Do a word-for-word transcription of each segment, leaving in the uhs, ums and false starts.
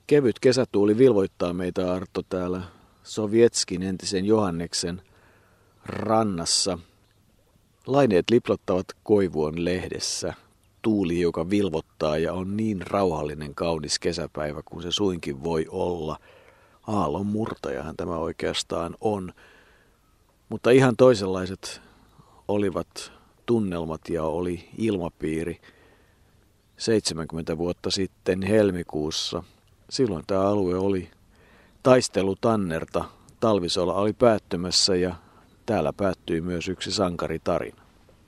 Kevyt kesätuuli vilvoittaa meitä, Arto, täällä Sovietskin entisen Johanneksen rannassa. Laineet liplottavat koivuon lehdessä. Tuuli, joka vilvottaa ja on niin rauhallinen kaunis kesäpäivä kuin se suinkin voi olla. Aallon murtajahan tämä oikeastaan on. Mutta ihan toisenlaiset olivat tunnelmat ja oli ilmapiiri seitsemänkymmentä vuotta sitten helmikuussa. Silloin tämä alue oli taistelutannerta. Talvisola oli päättymässä ja täällä päättyi myös yksi sankaritarina.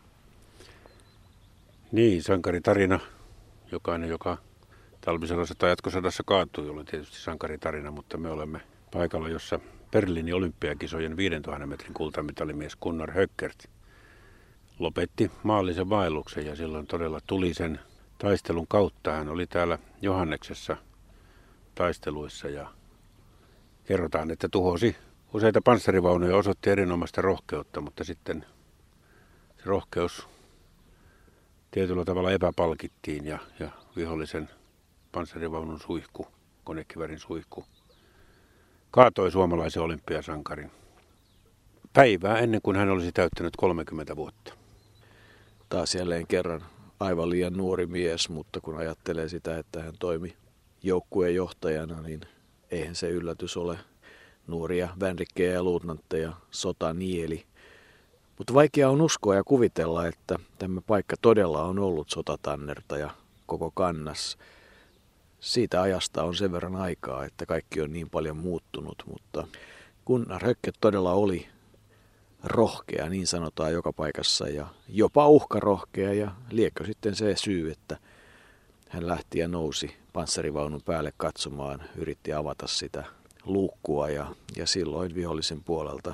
Niin, sankaritarina. Jokainen, joka talvisodassa tai jatkosodassa kaatui, oli tietysti sankaritarina, mutta me olemme paikalla, jossa Berliinin olympiakisojen viidentuhannen metrin kultamitalimies Gunnar Höckert lopetti maallisen vaelluksen ja silloin todella tuli sen taistelun kautta. Hän oli täällä Johanneksessa taisteluissa ja kerrotaan, että tuhosi useita panssarivaunuja ja osoitti erinomaista rohkeutta, mutta sitten se rohkeus tietyllä tavalla epäpalkittiin ja, ja vihollisen panssarivaunun suihku, konekivärin suihku, kaatoi suomalaisen olympiasankarin päivää ennen kuin hän olisi täyttänyt kolmekymmentä vuotta. Taas jälleen kerran aivan liian nuori mies, mutta kun ajattelee sitä, että hän toimi joukkueen johtajana, niin eihän se yllätys ole. Nuoria vänrikkejä ja luutnantteja sota nieli. Mutta vaikea on uskoa ja kuvitella, että tämä paikka todella on ollut sotatannerta ja koko kannas. Siitä ajasta on sen verran aikaa, että kaikki on niin paljon muuttunut, mutta Gunnar Höckert todella oli rohkea, niin sanotaan joka paikassa, ja jopa uhkarohkea, ja liekö sitten se syy, että hän lähti ja nousi panssarivaunun päälle katsomaan, yritti avata sitä luukkua, ja, ja silloin vihollisen puolelta,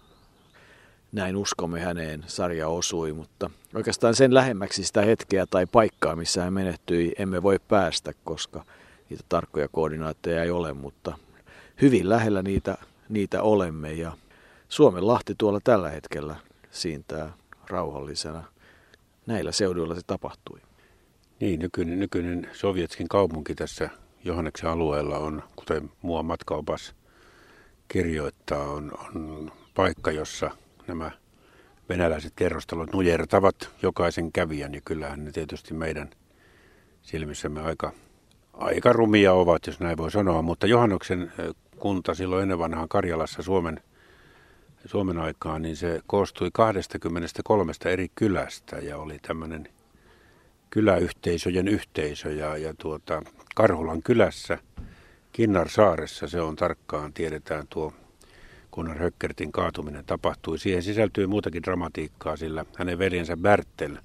näin uskomme häneen, sarja osui, mutta oikeastaan sen lähemmäksi sitä hetkeä tai paikkaa, missä hän menehtyi, emme voi päästä, koska niitä tarkkoja koordinaatteja ei ole, mutta hyvin lähellä niitä, niitä olemme, ja Suomenlahti tuolla tällä hetkellä siintää rauhallisena. Näillä seuduilla se tapahtui. Niin, nykyinen, nykyinen Sovietskin kaupunki tässä Johanneksen alueella on, kuten mua matkaopas kirjoittaa, on, on paikka, jossa nämä venäläiset kerrostalot nujertavat jokaisen kävijän. Ja kyllähän ne tietysti meidän silmissämme aika, aika rumia ovat, jos näin voi sanoa. Mutta Johanneksen kunta silloin ennen vanhaan Karjalassa Suomen Suomen aikaan, niin se koostui kaksikymmentäkolme eri kylästä ja oli tämmöinen kyläyhteisöjen yhteisö. Ja, ja tuota, Karhulan kylässä, Kinnarsaaressa, se on tarkkaan, tiedetään tuo Gunnar Höckertin kaatuminen tapahtui. Siihen sisältyi muutakin dramatiikkaa, sillä hänen veljensä Bertel,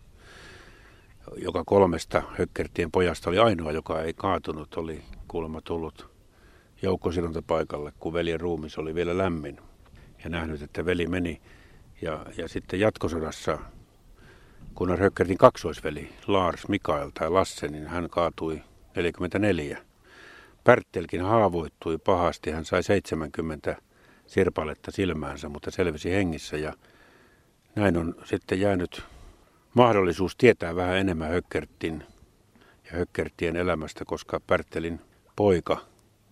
joka kolmesta Höckertien pojasta oli ainoa, joka ei kaatunut, oli kuulemma tullut joukkosidontapaikalle, kun veljen ruumis oli vielä lämmin. Ja nähnyt, että veli meni. Ja, ja sitten jatkosodassa Gunnar Höckertin kaksoisveli Lars Mikael tai Lasse, niin hän kaatui neljäkymmentäneljä. Bertelkin haavoittui pahasti. Hän sai seitsemänkymmentä sirpaletta silmäänsä, mutta selvisi hengissä. Ja näin on sitten jäänyt mahdollisuus tietää vähän enemmän Höckertin ja Höckertien elämästä, koska Bertelin poika,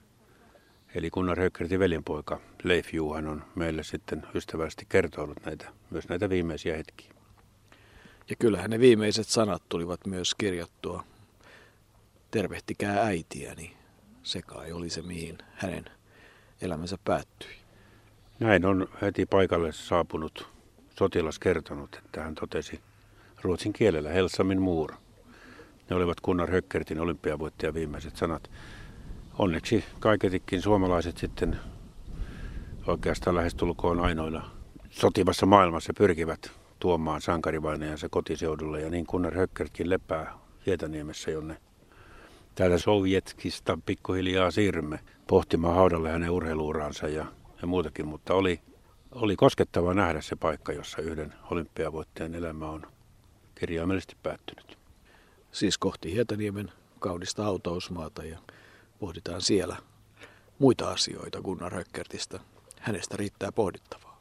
eli Gunnar Höckertin veljenpoika Leif Juhan on meille sitten ystävällisesti kertonut näitä, myös näitä viimeisiä hetkiä. Ja kyllähän ne viimeiset sanat tulivat myös kirjattua. Tervehtikää äitiäni. Se kai oli se, mihin hänen elämänsä päättyi. Näin on heti paikalle saapunut sotilas kertonut, että hän totesi ruotsin kielellä Hälsa min mor. Ne olivat Gunnar Höckertin olympiavoittajan viimeiset sanat. Onneksi kaiketikin suomalaiset sitten oikeastaan lähestulkoon ainoina sotivassa maailmassa pyrkivät tuomaan sankarivainajansa kotiseudulle. Ja niin Gunnar Höckertkin lepää Hietaniemessä, jonne täällä Sovietskista pikkuhiljaa siirrymme pohtimaan haudalle hänen urheiluuraansa ja, ja muutakin. Mutta oli, oli koskettavaa nähdä se paikka, jossa yhden olympiavoittajan elämä on kirjaimellisesti päättynyt. Siis kohti Hietaniemen kaunista hautausmaata ja pohditaan siellä muita asioita Gunnar Höckertistä. Hänestä riittää pohdittavaa.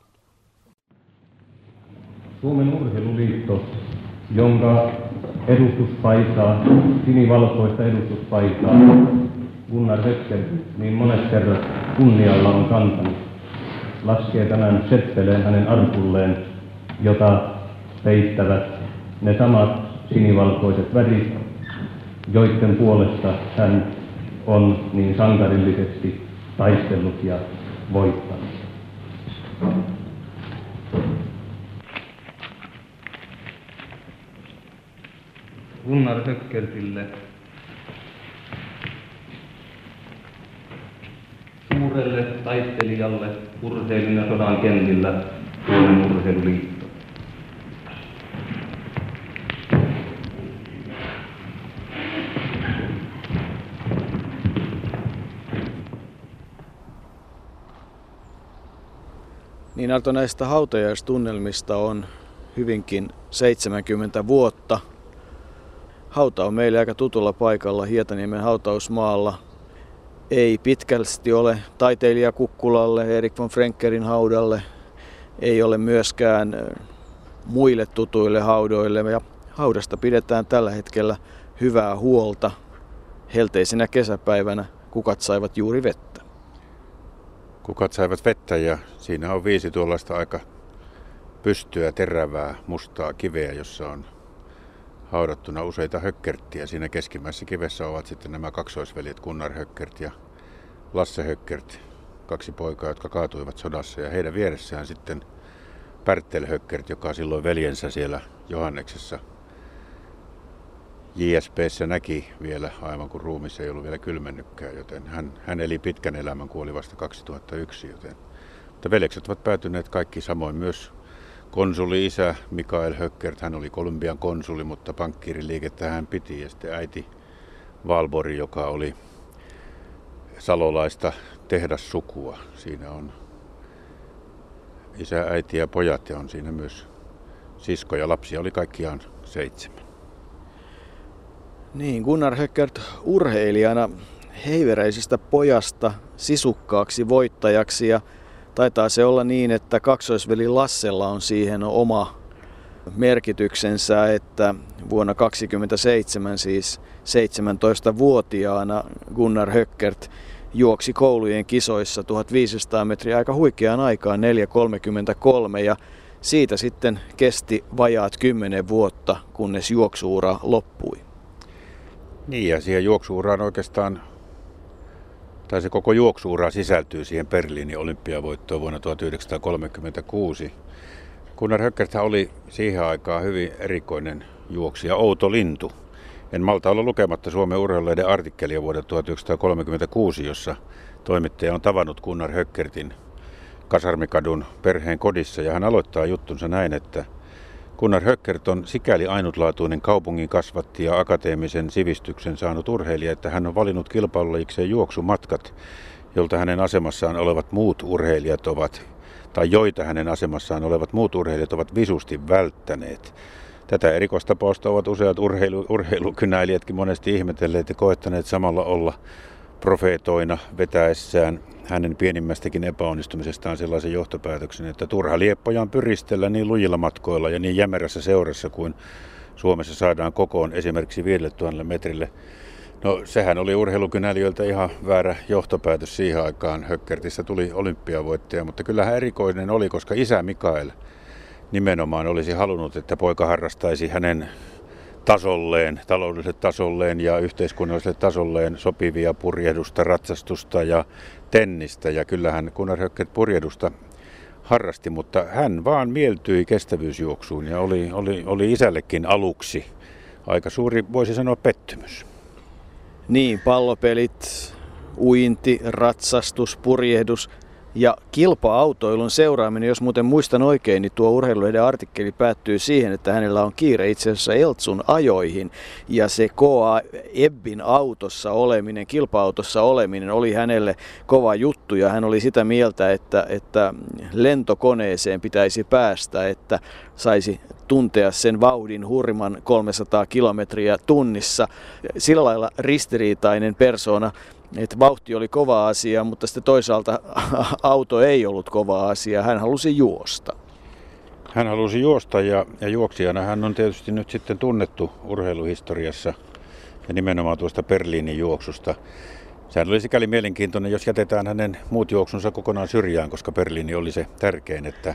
Suomen Urheiluliitto, jonka edustuspaitaa, sinivalkoista edustuspaitaa, Gunnar Höcker niin monet kerrat kunnialla on kantanut, laskee tämän seppeleen hänen arkulleen, jota peittävät ne samat sinivalkoiset värit, joiden puolesta hän on niin sankarillisesti taistellut ja voittanut. Gunnar Höckerille, suurelle taistelijalle urheilun ja sodan kentillä, Suomen Urheiluliitto. Niin Arto, näistä hautajaistunnelmista on hyvinkin seitsemänkymmentä vuotta. Hauta on meille aika tutulla paikalla Hietaniemen hautausmaalla. Ei pitkälti ole taiteilija Kukkulalle, Erik von Frenkerin haudalle. Ei ole myöskään muille tutuille haudoille. Ja haudasta pidetään tällä hetkellä hyvää huolta. Helteisenä kesäpäivänä kukat saivat juuri vettä. Kukat saivat vettä ja siinä on viisi tuollaista aika pystyä, terävää, mustaa kiveä, jossa on haudattuna useita Höckertiä. Siinä keskimmäisessä kivessä ovat sitten nämä kaksoisveljet Gunnar Höckert ja Lasse Höckert, kaksi poikaa, jotka kaatuivat sodassa. Ja heidän vieressään sitten Bertel Höckert, joka silloin veljensä siellä Johanneksessa J S P:ssä näki vielä, aivan kun ruumis ei ollut vielä kylmennytkään, joten hän, hän eli pitkän elämän, kuoli vasta kaksituhattayksi. Joten, mutta veljekset ovat päätyneet kaikki, samoin myös konsuli-isä Mikael Höckert, hän oli Kolumbian konsuli, mutta pankkiiriliikettä hän piti. Ja sitten äiti Valbori, joka oli salolaista tehdassukua. Siinä on isä, äiti ja pojat ja on siinä myös sisko ja lapsia oli kaikkiaan seitsemän. Niin, Gunnar Höckert urheilijana heiveräisistä pojasta sisukkaaksi voittajaksi ja taitaa se olla niin, että kaksoisveli Lassella on siihen oma merkityksensä, että vuonna tuhatyhdeksänsataakaksikymmentäseitsemän, siis seitsemäntoistavuotiaana Gunnar Höckert juoksi koulujen kisoissa tuhatviisisataa metriä aika huikeaan aikaan neljä kolmekymmentäkolme ja siitä sitten kesti vajaat kymmenen vuotta, kunnes juoksuura loppui. Niin ja siihen juoksuuraan oikeastaan, tai se koko juoksuura sisältyy siihen Berliinin olympiavoittoon vuonna tuhatyhdeksänsataakolmekymmentäkuusi. Gunnar Höckert oli siihen aikaan hyvin erikoinen juoksija, outo lintu. En malta olla lukematta Suomen urheilulehden artikkelia vuodelta tuhatyhdeksänsataakolmekymmentäkuusi, jossa toimittaja on tavannut Gunnar Höckertin Kasarmikadun perheen kodissa ja hän aloittaa juttunsa näin, että Gunnar Höckert on sikäli ainutlaatuinen kaupungin kasvatti ja akateemisen sivistyksen saanut urheilija, että hän on valinnut kilpailulajikseen juoksumatkat, jolta hänen asemassaan olevat muut urheilijat ovat, tai joita hänen asemassaan olevat muut urheilijat ovat visusti välttäneet. Tätä erikoistapausta ovat useat urheilu, urheilukynäilijätkin monesti ihmetelleet ja koettaneet samalla olla profeetoina vetäessään hänen pienimmästäkin epäonnistumisestaan sellaisen johtopäätöksen, että turha lieppojaan pyristellä niin lujilla matkoilla ja niin jämerässä seurassa kuin Suomessa saadaan kokoon esimerkiksi viidelletuhannelle metrille. No sehän oli urheilukynäilijöiltä ihan väärä johtopäätös siihen aikaan. Höckertistä tuli olympiavoittaja, mutta kyllähän erikoinen oli, koska isä Mikael nimenomaan olisi halunnut, että poika harrastaisi hänen tasolleen, taloudelliselle tasolleen ja yhteiskunnalliselle tasolleen sopivia purjehdusta, ratsastusta ja tennistä. Ja kyllähän Gunnar Höckert purjehdusta harrasti, mutta hän vaan mieltyi kestävyysjuoksuun ja oli, oli, oli isällekin aluksi aika suuri, voisi sanoa, pettymys. Niin, pallopelit, uinti, ratsastus, purjehdus ja kilpa-autoilun seuraaminen, jos muuten muistan oikein, niin tuo urheilulehden artikkeli päättyy siihen, että hänellä on kiire itse asiassa Eltsun ajoihin. Ja se K A Ebbin autossa oleminen, kilpa-autossa oleminen oli hänelle kova juttu ja hän oli sitä mieltä, että, että lentokoneeseen pitäisi päästä, että saisi tuntea sen vauhdin hurman kolmesataa kilometriä tunnissa. Sillä lailla ristiriitainen persoona, että vauhti oli kova asia, mutta sitten toisaalta auto ei ollut kova asia. Hän halusi juosta. Hän halusi juosta ja, ja juoksijana hän on tietysti nyt sitten tunnettu urheiluhistoriassa ja nimenomaan tuosta Berliinin juoksusta. Sehän oli sikäli mielenkiintoinen, jos jätetään hänen muut juoksunsa kokonaan syrjään, koska Berliini oli se tärkein, että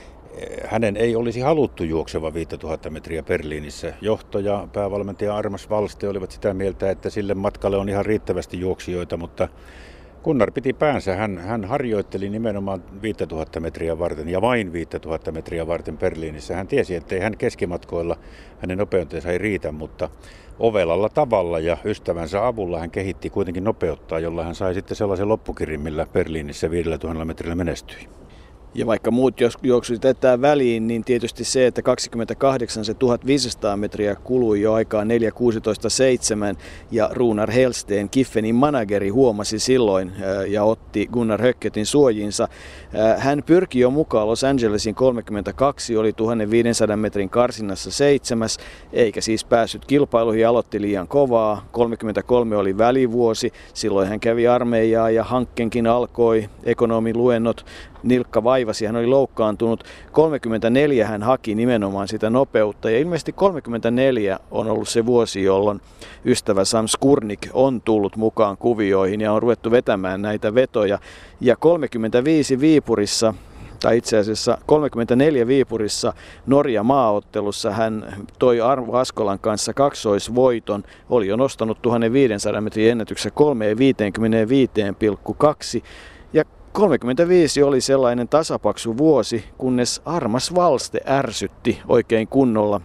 hänen ei olisi haluttu juokseva viisituhatta metriä Berliinissä. Johto ja päävalmentaja Armas Valste olivat sitä mieltä, että sille matkalle on ihan riittävästi juoksijoita, mutta Gunnar piti päänsä. Hän, hän harjoitteli nimenomaan viisituhatta metriä varten ja vain viisituhatta metriä varten Berliinissä. Hän tiesi, että ei hän keskimatkoilla, hänen nopeutensa ei riitä, mutta ovelalla tavalla ja ystävänsä avulla hän kehitti kuitenkin nopeuttaa, jolla hän sai sitten sellaisen loppukirin, millä Berliinissä viidellätuhannella metrillä menestyi. Ja vaikka muut juoksuivat jättää väliin, niin tietysti se, että kaksikymmentäkahdeksan se tuhatviisisataa metriä kului jo aikaa neljä kuusitoista seitsemän ja Runar Hellsten, Kiffenin manageri, huomasi silloin ja otti Gunnar Höckertin suojiinsa. Hän pyrki jo mukaan Los Angelesin kolmekymmentäkaksi, oli tuhatviisisataa metrin karsinnassa seitsemäs, eikä siis päässyt kilpailuihin, aloitti liian kovaa. kolmekymmentäkolme oli välivuosi, silloin hän kävi armeijaa ja hankkeenkin alkoi, ekonomin luennot. Nilkka vaivasi, hän oli loukkaantunut. kolmekymmentäneljä hän haki nimenomaan sitä nopeutta ja ilmeisesti kolmekymmentäneljä on ollut se vuosi, jolloin ystävä Sam Skurnik on tullut mukaan kuvioihin ja on ruvettu vetämään näitä vetoja. Ja kolmekymmentäviisi Viipurissa, tai itse asiassa kolmekymmentäneljä Viipurissa Norja maaottelussa hän toi Arvo Askolan kanssa kaksoisvoiton, oli jo nostanut tuhatviisisataa metrin ennätyksessä kolme viisikymmentäviisi pilkku kaksi. Ja kolmekymmentäviisi oli sellainen tasapaksu vuosi, kunnes Armas Valste ärsytti oikein kunnolla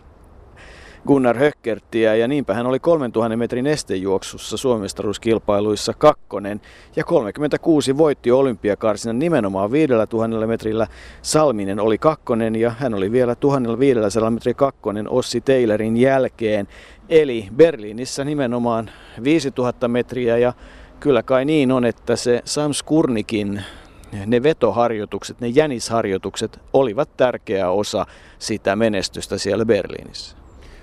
Gunnar Höckertiä ja niinpä hän oli kolmentuhannen metrin estejuoksussa suomestaruuskilpailuissa kakkonen ja kolmekymmentäkuusi voitti olympiakarsinnan nimenomaan viidellätuhannella metrillä. Salminen oli kakkonen ja hän oli vielä tuhatviisisataa metrin kakkonen Ossi Taylorin jälkeen. Eli Berliinissä nimenomaan viisituhatta metriä ja kyllä kai niin on, että se Sam Skurnikin, ne vetoharjoitukset, ne jänisharjoitukset olivat tärkeä osa sitä menestystä siellä Berliinissä.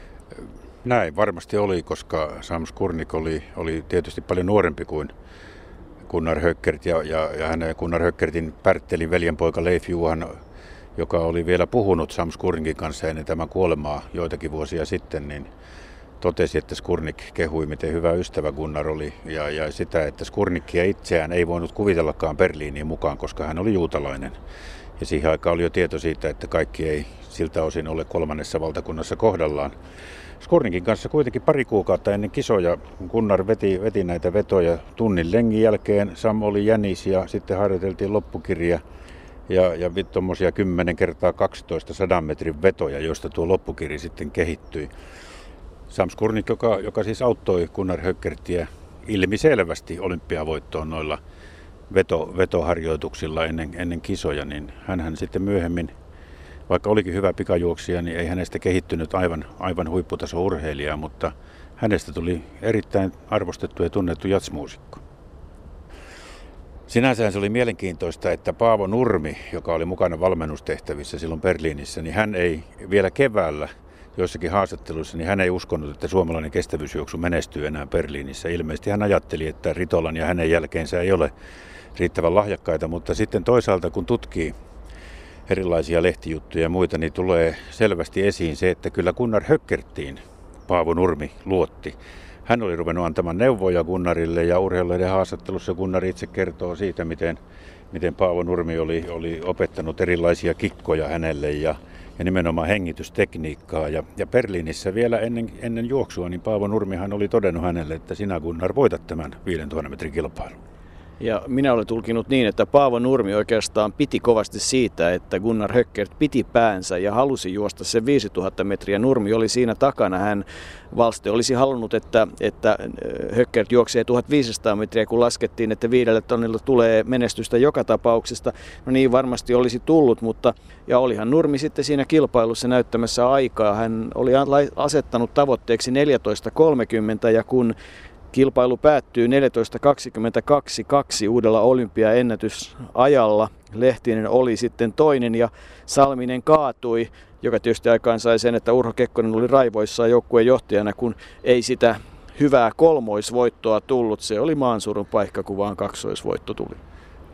Näin varmasti oli, koska Sam Skurnik oli, oli tietysti paljon nuorempi kuin Gunnar Höckert ja, ja, ja hänen Gunnar Höckertin Pärttelin veljenpoika Leif Johan, joka oli vielä puhunut Sam Skurnikin kanssa ennen tämän kuolemaa joitakin vuosia sitten, niin totesi, että Skurnik kehui, miten hyvä ystävä Gunnar oli ja, ja sitä, että Skurnikkia itseään ei voinut kuvitellakaan Berliiniin mukaan, koska hän oli juutalainen. Ja siihen aikaan oli jo tieto siitä, että kaikki ei siltä osin ole kolmannessa valtakunnassa kohdallaan. Skurnikin kanssa kuitenkin pari kuukautta ennen kisoja Gunnar veti, veti näitä vetoja tunnin lengin jälkeen. Sam oli jänis ja sitten harjoiteltiin loppukirja ja, ja tuommoisia kymmenen kertaa kaksitoista sadan metrin vetoja, joista tuo loppukirja sitten kehittyi. Sam Skurnik, joka, joka siis auttoi Gunnar Höckertiä ilmiselvästi olympiavoittoon noilla veto, vetoharjoituksilla ennen, ennen kisoja, niin hänhän sitten myöhemmin, vaikka olikin hyvä pikajuoksija, niin ei hänestä kehittynyt aivan, aivan huipputaso urheilijaa, mutta hänestä tuli erittäin arvostettu ja tunnettu jazzmuusikko. Sinänsä se oli mielenkiintoista, että Paavo Nurmi, joka oli mukana valmennustehtävissä silloin Berliinissä, niin hän ei vielä keväällä joissakin haastatteluissa, niin hän ei uskonut, että suomalainen kestävyysjuoksu menestyy enää Berliinissä. Ilmeisesti hän ajatteli, että Ritolan ja hänen jälkeensä ei ole riittävän lahjakkaita, mutta sitten toisaalta kun tutkii erilaisia lehtijuttuja ja muita, niin tulee selvästi esiin se, että kyllä Gunnar Höckertiin Paavo Nurmi luotti. Hän oli ruvennut antamaan neuvoja Gunnarille ja urheilijoiden haastattelussa Gunnar itse kertoo siitä, miten, miten Paavo Nurmi oli, oli opettanut erilaisia kikkoja hänelle ja ja nimenomaan hengitystekniikkaa. Ja, ja Berliinissä vielä ennen, ennen juoksua, niin Paavo Nurmihan oli todennut hänelle, että sinä Gunnar voitat tämän viidentuhannen metrin kilpailun. Ja minä olen tulkinut niin, että Paavo Nurmi oikeastaan piti kovasti siitä, että Gunnar Höckert piti päänsä ja halusi juosta sen viisituhatta metriä. Nurmi oli siinä takana. Hän Valste olisi halunnut, että, että Höckert juoksee tuhatviisisataa metriä, kun laskettiin, että viidellä tonnilla tulee menestystä joka tapauksesta. No niin varmasti olisi tullut, mutta ja olihan Nurmi sitten siinä kilpailussa näyttämässä aikaa. Hän oli asettanut tavoitteeksi neljätoista kolmekymmentä ja kun kilpailu päättyy neljätoista kaksikymmentäkaksi kaksi uudella olympiaennätysajalla. Lehtinen oli sitten toinen ja Salminen kaatui, joka tietysti aikaan sai sen, että Urho Kekkonen oli raivoissaan joukkueen johtajana, kun ei sitä hyvää kolmoisvoittoa tullut. Se oli maansurun paikka, kun vaan kaksoisvoitto tuli.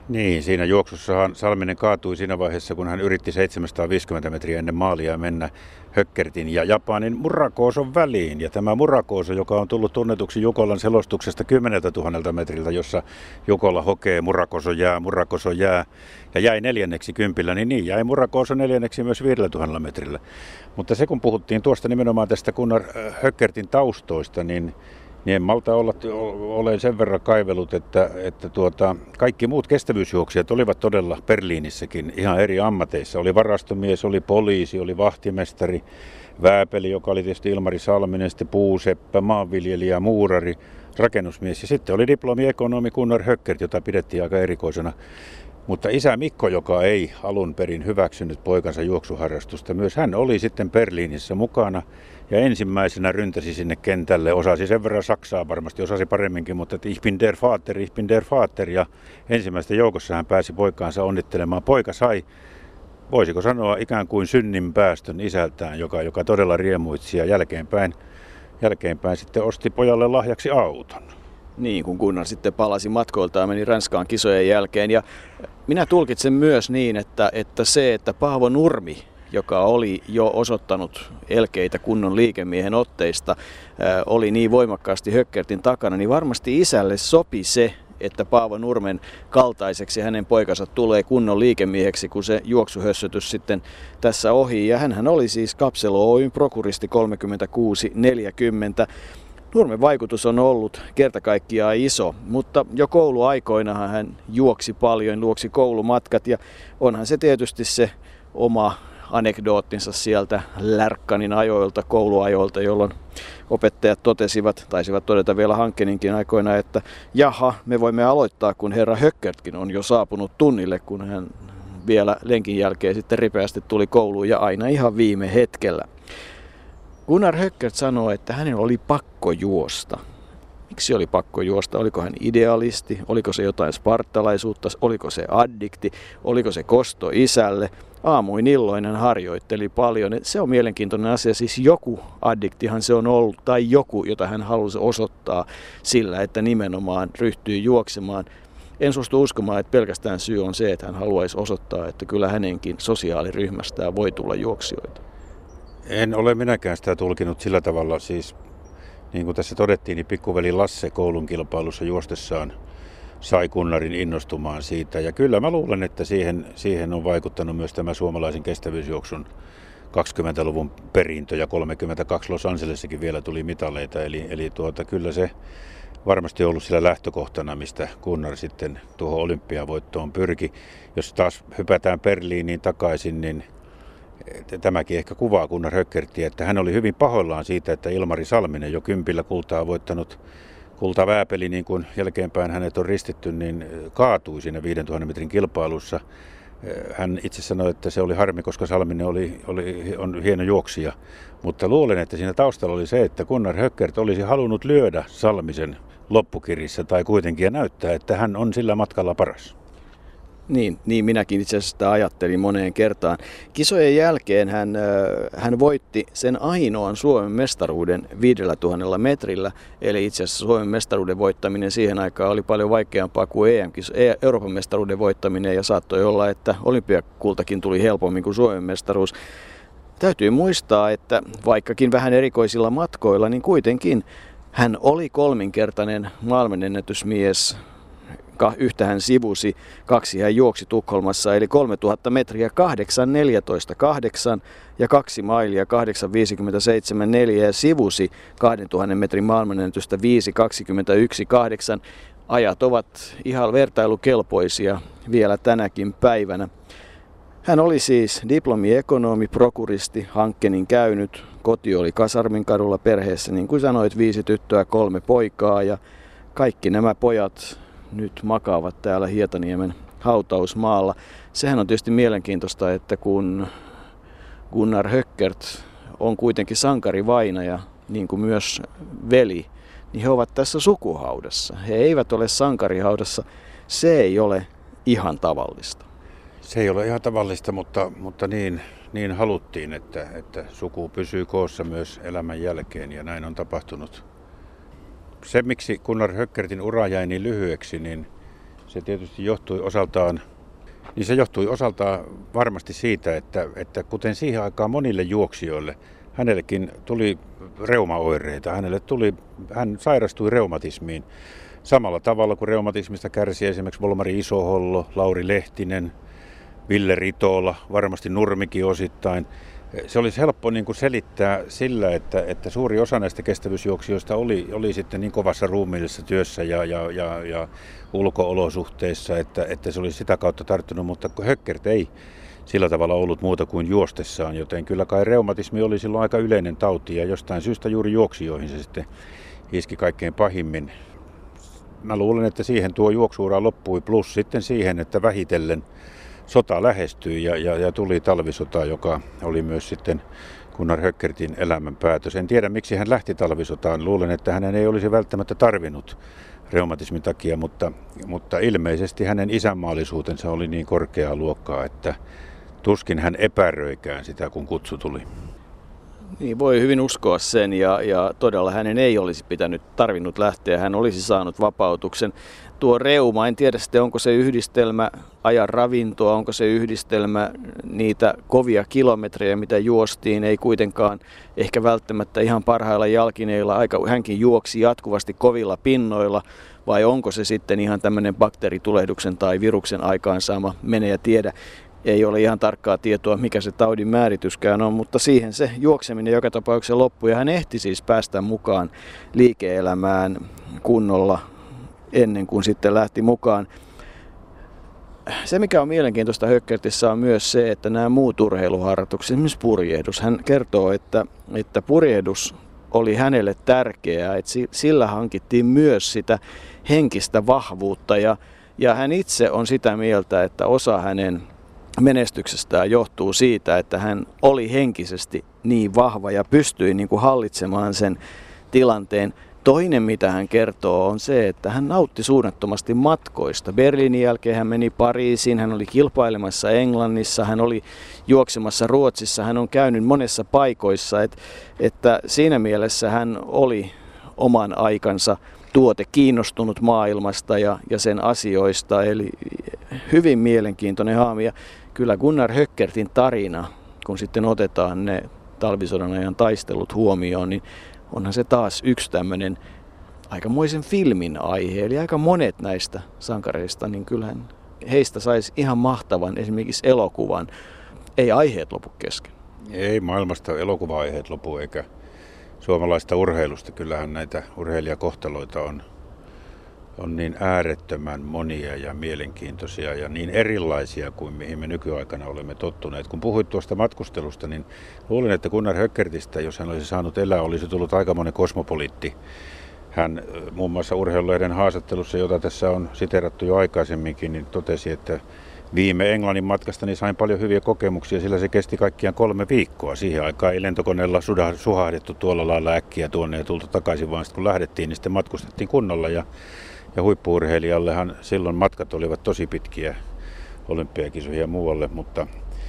Niin, siinä juoksussahan Salminen kaatui siinä vaiheessa, kun hän yritti seitsemänsataaviisikymmentä metriä ennen maalia mennä Hökkertin ja Japanin Murakooson väliin. Ja tämä Murakooso, joka on tullut tunnetuksi Jukolan selostuksesta kymmeneltä tuhannelta metriltä, jossa Jukola hokee Murakoso jää, Murakoso jää ja jäi neljänneksi kympillä, niin niin jäi Murakooso neljänneksi myös viidellä tuhannella metrillä. Mutta se kun puhuttiin tuosta nimenomaan tästä Gunnar Hökkertin taustoista, niin Niin en malta olla, olen sen verran kaivellut, että, että tuota, kaikki muut kestävyysjuoksijat olivat todella Berliinissäkin ihan eri ammateissa. Oli varastomies, oli poliisi, oli vahtimestari, vääpeli, joka oli tietysti Ilmari Salminen, sitten puuseppä, maanviljelijä, muurari, rakennusmies. Ja sitten oli diplomiekonomi Gunnar Höckert, jota pidettiin aika erikoisena. Mutta isä Mikko, joka ei alun perin hyväksynyt poikansa juoksuharrastusta, myös hän oli sitten Berliinissä mukana ja ensimmäisenä ryntäsi sinne kentälle. Osasi sen verran saksaa, varmasti osasi paremminkin, mutta että ich bin der Vater, ich bin der Vater. Ja ensimmäistä joukossa hän pääsi poikaansa onnittelemaan. Poika sai, voisiko sanoa, ikään kuin synninpäästön isältään, joka, joka todella riemuitsi ja jälkeenpäin, jälkeenpäin sitten osti pojalle lahjaksi auton. Niin, kun Gunnar sitten palasi matkoiltaan ja meni Ranskaan kisojen jälkeen. Ja minä tulkitsen myös niin, että, että se, että Paavo Nurmi, joka oli jo osoittanut elkeitä kunnon liikemiehen otteista, ää, oli niin voimakkaasti Hökkertin takana, niin varmasti isälle sopi se, että Paavo Nurmen kaltaiseksi hänen poikansa tulee kunnon liikemieheksi, kun se juoksuhössötys sitten tässä ohi. Ja hänhän oli siis Capselo Oyn prokuristi kolmekymmentäkuusi neljäkymmentä. Nurmen vaikutus on ollut kerta kaikkiaan iso, mutta jo kouluaikoinahan hän juoksi paljon, luoksi koulumatkat ja onhan se tietysti se oma anekdoottinsa sieltä Lärkkanin ajoilta, kouluajoilta, jolloin opettajat totesivat, taisivat todeta vielä Hankkeninkin aikoina, että jaha, me voimme aloittaa, kun herra Höckertkin on jo saapunut tunnille, kun hän vielä lenkin jälkeen sitten ripeästi tuli kouluun ja aina ihan viime hetkellä. Gunnar Höckert sanoi, että hänen oli pakko juosta. Miksi oli pakko juosta? Oliko hän idealisti? Oliko se jotain spartalaisuutta? Oliko se addikti? Oliko se kosto isälle? Aamuin illoin hän harjoitteli paljon. Se on mielenkiintoinen asia. Siis joku addiktihan se on ollut tai joku, jota hän halusi osoittaa sillä, että nimenomaan ryhtyy juoksemaan. En suostu uskomaan, että pelkästään syy on se, että hän haluaisi osoittaa, että kyllä hänenkin sosiaaliryhmästään voi tulla juoksijoita. En ole minäkään sitä tulkinut sillä tavalla, siis niin kuin tässä todettiin, niin pikkuveli Lasse koulun kilpailussa juostessaan sai Gunnarin innostumaan siitä. Ja kyllä mä luulen, että siihen, siihen on vaikuttanut myös tämä suomalaisen kestävyysjuoksun kaksikymmentäluvun perintö ja kolmekymmentäkaksi Los Angelessakin vielä tuli mitaleita. Eli, eli tuota, kyllä se varmasti on ollut sillä lähtökohtana, mistä Gunnar sitten tuohon olympiavoittoon pyrki. Jos taas hypätään Berliiniin takaisin, niin tämäkin ehkä kuvaa Gunnar Höckertiä, että hän oli hyvin pahoillaan siitä, että Ilmari Salminen, jo kympillä kultaa voittanut kultavääpeli, niin kuin jälkeenpäin hänet on ristitty, niin kaatui siinä viidentuhannen metrin kilpailussa. Hän itse sanoi, että se oli harmi, koska Salminen oli, oli, on hieno juoksija, mutta luulen, että siinä taustalla oli se, että Gunnar Höckert olisi halunnut lyödä Salmisen loppukirissä tai kuitenkin ja näyttää, että hän on sillä matkalla paras. Niin, niin minäkin itse asiassa sitä ajattelin moneen kertaan. Kisojen jälkeen hän, hän voitti sen ainoan Suomen mestaruuden viidellä tuhannella metrillä. Eli itse asiassa Suomen mestaruuden voittaminen siihen aikaan oli paljon vaikeampaa kuin E M-kis, Euroopan mestaruuden voittaminen. Ja saattoi olla, että olympiakultakin tuli helpommin kuin Suomen mestaruus. Täytyy muistaa, että vaikkakin vähän erikoisilla matkoilla, niin kuitenkin hän oli kolminkertainen maailmanennätysmies. Yhtä hän sivusi, kaksi hän juoksi Tukholmassa, eli kolmetuhatta metriä kahdeksan neljätoista kahdeksan ja kaksi mailia kahdeksan viisikymmentäseitsemän neljä ja sivusi kahdentuhannen metrin maailmanennätystä viisi kaksikymmentäyksi kahdeksan. Ajat ovat ihan vertailukelpoisia vielä tänäkin päivänä. Hän oli siis diplomiekonomi, prokuristi, Hankkenin käynyt. Koti oli Kasarminkadulla, perheessä, niin kuin sanoit, viisi tyttöä, kolme poikaa ja kaikki nämä pojat nyt makaavat täällä Hietaniemen hautausmaalla. Sehän on tietysti mielenkiintoista, että kun Gunnar Höckert on kuitenkin sankarivainaja, niin kuin myös veli, niin he ovat tässä sukuhaudassa. He eivät ole sankarihaudassa. Se ei ole ihan tavallista. Se ei ole ihan tavallista, mutta, mutta niin, niin haluttiin, että, että suku pysyy koossa myös elämän jälkeen ja näin on tapahtunut. Se, miksi Gunnar Höckertin ura jäi niin lyhyeksi, niin Se tietysti johtui osaltaan, niin se johtui osaltaan varmasti siitä, että, että kuten siihen aikaan monille juoksijoille, hänellekin tuli reumaoireita. Hänelle tuli, hän sairastui reumatismiin samalla tavalla kuin reumatismista kärsi esimerkiksi Volmari Isohollo, Lauri Lehtinen, Ville Ritola, varmasti Nurmikin osittain. Se olisi helppo niin kuin selittää sillä, että, että suuri osa näistä kestävyysjuoksijoista oli, oli sitten niin kovassa ruumiillisessa työssä ja, ja, ja, ja ulko-olosuhteissa, että, että se olisi sitä kautta tarttunut, mutta Höckert ei sillä tavalla ollut muuta kuin juostessaan, joten kyllä kai reumatismi oli silloin aika yleinen tauti ja jostain syystä juuri juoksijoihin se sitten iski kaikkein pahimmin. Mä luulen, että siihen tuo juoksuura loppui, plus sitten siihen, että vähitellen sota lähestyi ja, ja, ja tuli talvisota, joka oli myös sitten Gunnar Höckertin elämän päätös. En tiedä, miksi hän lähti talvisotaan. Luulen, että hänen ei olisi välttämättä tarvinnut reumatismin takia, mutta, mutta ilmeisesti hänen isänmaallisuutensa oli niin korkeaa luokkaa, että tuskin hän epäröikään sitä, kun kutsu tuli. Niin, voi hyvin uskoa sen ja, ja todella hänen ei olisi pitänyt tarvinnut lähteä, hän olisi saanut vapautuksen. Tuo reuma, en tiedä sitten onko se yhdistelmä ajan ravintoa, onko se yhdistelmä niitä kovia kilometrejä, mitä juostiin, ei kuitenkaan ehkä välttämättä ihan parhailla jalkineilla, aika hänkin juoksi jatkuvasti kovilla pinnoilla, vai onko se sitten ihan tämmöinen bakteeritulehduksen tai viruksen aikaansaama, mene ja tiedä. Ei ole ihan tarkkaa tietoa, mikä se taudin määrityskään on, mutta siihen se juokseminen joka tapauksessa loppui. Ja hän ehti siis päästä mukaan liike-elämään kunnolla ennen kuin sitten lähti mukaan. Se, mikä on mielenkiintoista Höckertissä, on myös se, että nämä muut urheiluharjoitukset, esimerkiksi purjehdus. Hän kertoo, että, että purjehdus oli hänelle tärkeää, että sillä hankittiin myös sitä henkistä vahvuutta. Ja, ja hän itse on sitä mieltä, että osa hänen menestyksestään johtuu siitä, että hän oli henkisesti niin vahva ja pystyi niin kuin hallitsemaan sen tilanteen. Toinen, mitä hän kertoo, on se, että hän nautti suunnattomasti matkoista. Berliinin jälkeen hän meni Pariisiin, hän oli kilpailemassa Englannissa, hän oli juoksemassa Ruotsissa, hän on käynyt monessa paikoissa, et, että siinä mielessä hän oli oman aikansa tuote, kiinnostunut maailmasta ja, ja sen asioista, eli hyvin mielenkiintoinen haami. Ja kyllä Gunnar Höckertin tarina, kun sitten otetaan ne talvisodan ajan taistelut huomioon, niin onhan se taas yksi tämmöinen aikamoisen filmin aihe. Eli aika monet näistä sankareista, niin kyllähän heistä saisi ihan mahtavan esimerkiksi elokuvan. Ei aiheet lopu kesken. Ei maailmasta elokuva-aiheet lopu eikä suomalaista urheilusta. Kyllähän näitä urheilijakohtaloita on, on niin äärettömän monia ja mielenkiintoisia ja niin erilaisia kuin mihin me nykyaikana olemme tottuneet. Kun puhuit tuosta matkustelusta, niin luulen, että Gunnar Höckertistä, jos hän olisi saanut elää, olisi tullut aikamoinen kosmopoliitti. Hän muun muassa Urheilulehden haastattelussa, jota tässä on siteerattu jo aikaisemminkin, niin totesi, että viime Englannin matkasta niin sain paljon hyviä kokemuksia, sillä se kesti kaikkiaan kolme viikkoa. Siihen aikaan ei lentokoneella suhahdettu tuolla lailla äkkiä tuonne ja tultu takaisin, vaan sitten kun lähdettiin, niin sitten matkustettiin kunnolla. Ja, ja huippu-urheilijallehan silloin matkat olivat tosi pitkiä olympiakisoihin ja muualle, mutta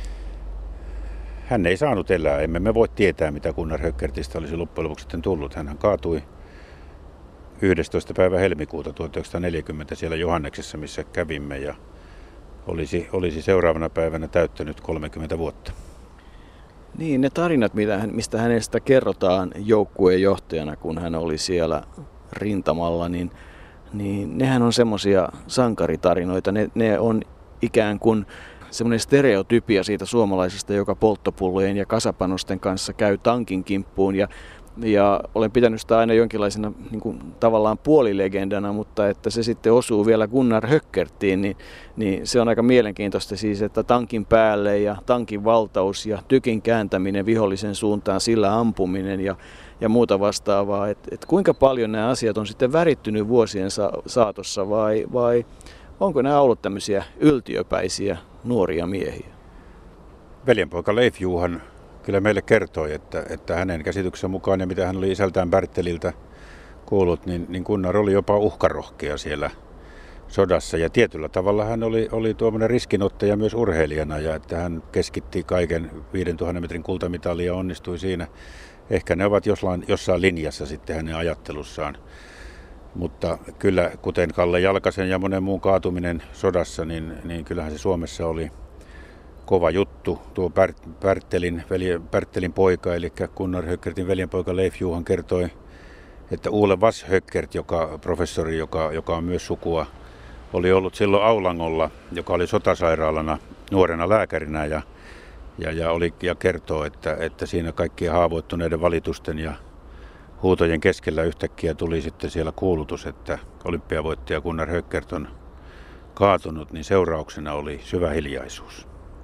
hän ei saanut elää. Emme me voi tietää, mitä Gunnar Höckertistä olisi loppujen lopuksi sitten tullut. Hän kaatui yhdestoista päivä helmikuuta tuhatyhdeksänsataaneljäkymmentä siellä Johanneksessa, missä kävimme, ja olisi, olisi seuraavana päivänä täyttänyt kolmekymmentä vuotta. Niin, ne tarinat, mistä hänestä kerrotaan joukkueen johtajana, kun hän oli siellä rintamalla, niin, niin nehän on semmoisia sankaritarinoita. Ne, ne on ikään kuin semmoinen stereotypia siitä suomalaisesta, joka polttopullojen ja kasapanosten kanssa käy tankin kimppuun. Ja Ja olen pitänyt sitä aina jonkinlaisena niin kuin, tavallaan puolilegendana, mutta että se sitten osuu vielä Gunnar Höckertiin, niin, niin se on aika mielenkiintoista siis, että tankin päälle ja tankin valtaus ja tykin kääntäminen vihollisen suuntaan, sillä ampuminen ja, ja muuta vastaavaa. Et, et kuinka paljon nämä asiat on sitten värittynyt vuosien sa- saatossa vai, vai onko nämä ollut tämmöisiä yltiöpäisiä nuoria miehiä? Veljenpoika Leif Juhan kyllä meille kertoi, että, että hänen käsityksensä mukaan ja mitä hän oli isältään Berteliltä kuullut, niin, niin Gunnar oli jopa uhkarohkea siellä sodassa. Ja tietyllä tavalla hän oli, oli tuommoinen riskinottaja myös urheilijana, ja että hän keskitti kaiken viidentuhannen metrin kultamitalia ja onnistui siinä. Ehkä ne ovat jossain, jossain linjassa sitten hänen ajattelussaan. Mutta kyllä, kuten Kalle Jalkasen ja monen muun kaatuminen sodassa, niin, niin kyllähän se Suomessa oli kova juttu. Tuo Pärttelin, velje, Pärttelin poika, eli Gunnar Höckertin veljenpoika Leif Juhan kertoi, että Ole Vas Höckert, joka professori, joka, joka on myös sukua, oli ollut silloin Aulangolla, joka oli sotasairaalana nuorena lääkärinä ja, ja, ja, oli, ja kertoo, että, että siinä kaikkien haavoittuneiden valitusten ja huutojen keskellä yhtäkkiä tuli sitten siellä kuulutus, että olympiavoittaja Gunnar Höckert on kaatunut, niin seurauksena oli syvä hiljaisuus.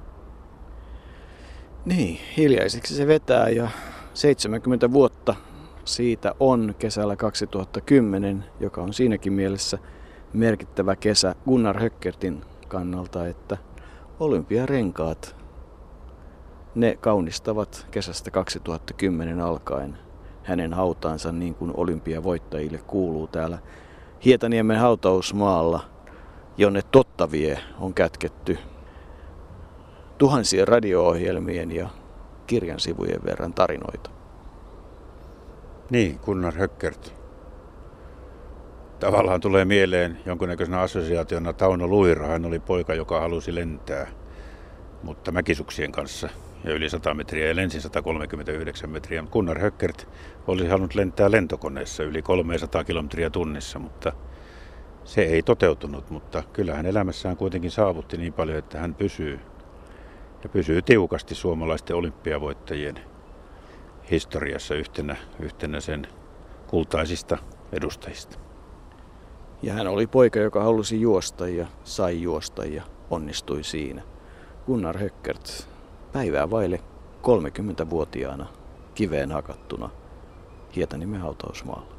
Niin, hiljaiseksi se vetää ja seitsemänkymmentä vuotta siitä on kesällä kaksituhattakymmenen, joka on siinäkin mielessä merkittävä kesä Gunnar Höckertin kannalta, että olympiarenkaat, ne kaunistavat kesästä kaksituhattakymmenen alkaen hänen hautaansa niin kuin olympiavoittajille kuuluu täällä Hietaniemen hautausmaalla, jonne totta vie on kätketty tuhansien radio-ohjelmien ja kirjan sivujen verran tarinoita. Niin, Gunnar Höckert. Tavallaan tulee mieleen jonkunnäköisenä assosiaationa Tauno Luiro. Hän oli poika, joka halusi lentää, mutta mäkisuksien kanssa ja yli sata metriä ja lensi sata kolmekymmentäyhdeksän metriä. Gunnar Höckert olisi halunnut lentää lentokoneessa yli kolmesataa kilometriä tunnissa, mutta se ei toteutunut. Mutta kyllä hän elämässään kuitenkin saavutti niin paljon, että hän pysyy ja pysyy tiukasti suomalaisten olympiavoittajien historiassa yhtenä, yhtenä sen kultaisista edustajista. Ja hän oli poika, joka halusi juosta ja sai juosta ja onnistui siinä. Gunnar Höckert päivää vaille kolmekymmentävuotiaana kiveen hakattuna Hietaniemen hautausmaalla.